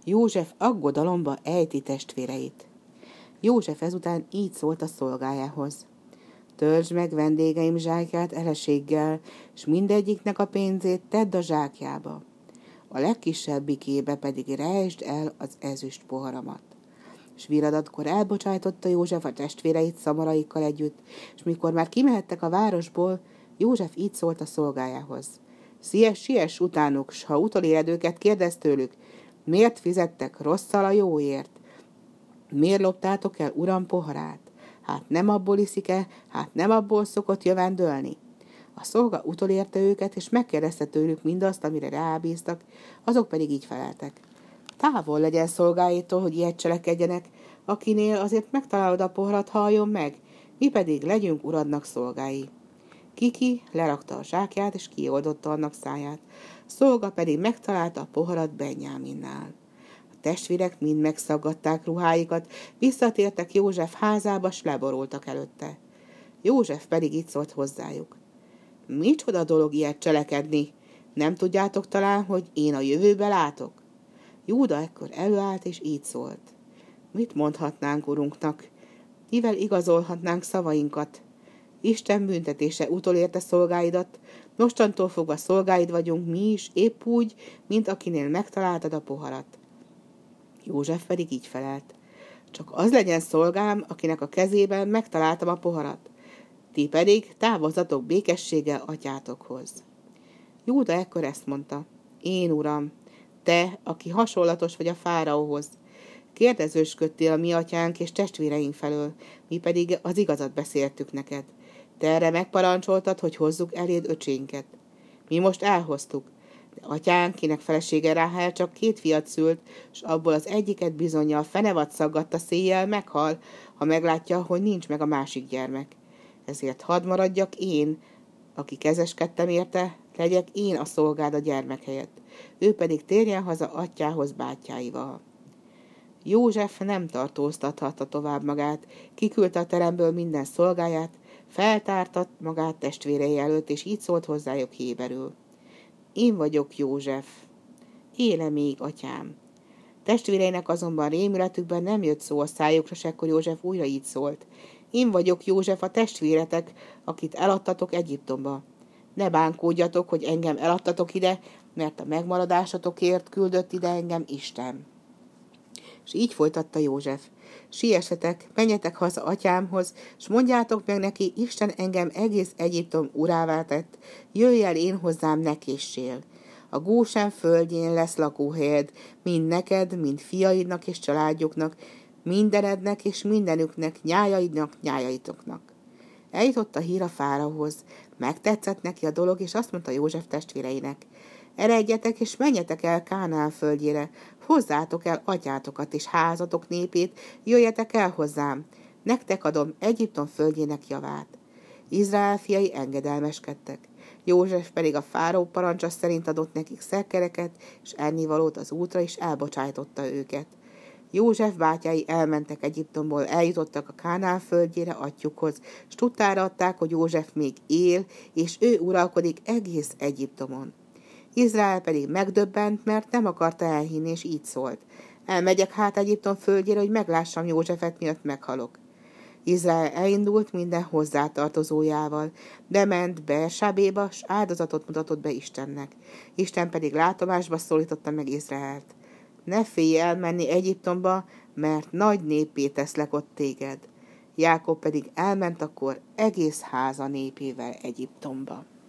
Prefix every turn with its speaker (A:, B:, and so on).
A: József aggodalomba ejti testvéreit. József ezután így szólt a szolgájához. Töltsd meg vendégeim zsákját eleséggel, s mindegyiknek a pénzét tedd a zsákjába. A legkisebbikébe pedig rejtsd el az ezüst poharamat. S viradatkor elbocsájtotta József a testvéreit szamaraikkal együtt, és mikor már kimehettek a városból, József így szólt a szolgájához. Siess utánuk, s ha utoléred őket, kérdezd tőlük, miért fizettek rosszal a jóért? Miért loptátok el uram poharát? Hát nem abból iszik-e, hát nem abból szokott jövendölni? A szolga utolérte őket, és megkérdezte tőlük mindazt, amire rábíztak, azok pedig így feleltek. Távol legyen szolgáitól, hogy ilyet cselekedjenek, akinél azért megtalálod a poharat, halljon meg, mi pedig legyünk uradnak szolgái. Kiki lerakta a zsákját, és kioldotta annak száját, szolga pedig megtalálta a poharat Benjáminnál. A testvérek mind megszaggatták ruháikat, visszatértek József házába, s leborultak előtte. József pedig így szólt hozzájuk. Micsoda dolog ilyet cselekedni? Nem tudjátok talán, hogy én a jövőbe látok? Júda ekkor előállt, és így szólt. Mit mondhatnánk urunknak? Mivel igazolhatnánk szavainkat? Isten büntetése utolérte szolgáidat, mostantól fogva szolgáid vagyunk mi is, épp úgy, mint akinél megtaláltad a poharat. József pedig így felelt. Csak az legyen szolgám, akinek a kezében megtaláltam a poharat. Ti pedig távozzatok békességgel atyátokhoz. Júda ekkor ezt mondta. Én, uram, te, aki hasonlatos vagy a fáraóhoz, kérdezősködtél a mi atyánk és testvéreink felől, mi pedig az igazat beszéltük neked. Te erre megparancsoltad, hogy hozzuk eléd öcsénket. Mi most elhoztuk, de atyánk, kinek felesége Ráhel csak 2 fiat szült, s abból az egyiket bizonnyal fenevad szaggatta széjjel, meghal, ha meglátja, hogy nincs meg a másik gyermek. Ezért hadd maradjak én, aki kezeskedtem érte, legyek én a szolgád a gyermek helyett. Ő pedig térjen haza atyához bátyáival. József nem tartóztathatta tovább magát, kiküldte a teremből minden szolgáját, feltárta magát testvérei előtt, és így szólt hozzájuk héberül. Én vagyok József. Éle még, atyám. Testvéreinek azonban rémületükben nem jött szó a szájukra, s ekkor József újra így szólt. Én vagyok József, a testvéretek, akit eladtatok Egyiptomba. Ne bánkódjatok, hogy engem eladtatok ide, mert a megmaradásotokért küldött ide engem Isten. És így folytatta József. Siessetek, menjetek haza atyámhoz, s mondjátok meg neki, Isten engem egész Egyiptom urává tett, jöjj el én hozzám, ne késsél. A Gósen földjén lesz lakóhelyed, mind neked, mind fiaidnak és családjuknak, mindenednek és mindenüknek, nyájaidnak, nyájaitoknak. Eljutott a hír a fáraóhoz, megtetszett neki a dolog, és azt mondta József testvéreinek, eredjetek és menjetek el Kánaán földjére, hozzátok el atyátokat és házatok népét, jöjjetek el hozzám, nektek adom Egyiptom földjének javát. Izrael fiai engedelmeskedtek. József pedig a fáraó parancsa szerint adott nekik szerkereket és ennivalót az útra, és elbocsájtotta őket. József bátyái elmentek Egyiptomból, eljutottak a Kánaán földjére atyjukhoz, s tudtára adták, hogy József még él, és ő uralkodik egész Egyiptomon. Izrael pedig megdöbbent, mert nem akarta elhinni, és így szólt. Elmegyek hát Egyiptom földjére, hogy meglássam Józsefet, miatt meghalok. Izrael elindult minden hozzátartozójával, bement Beersábéba, s áldozatot mutatott be Istennek. Isten pedig látomásba szólította meg Izraelt. Ne félj elmenni Egyiptomba, mert nagy néppé teszlek ott téged. Jákob pedig elment akkor egész háza népével Egyiptomba.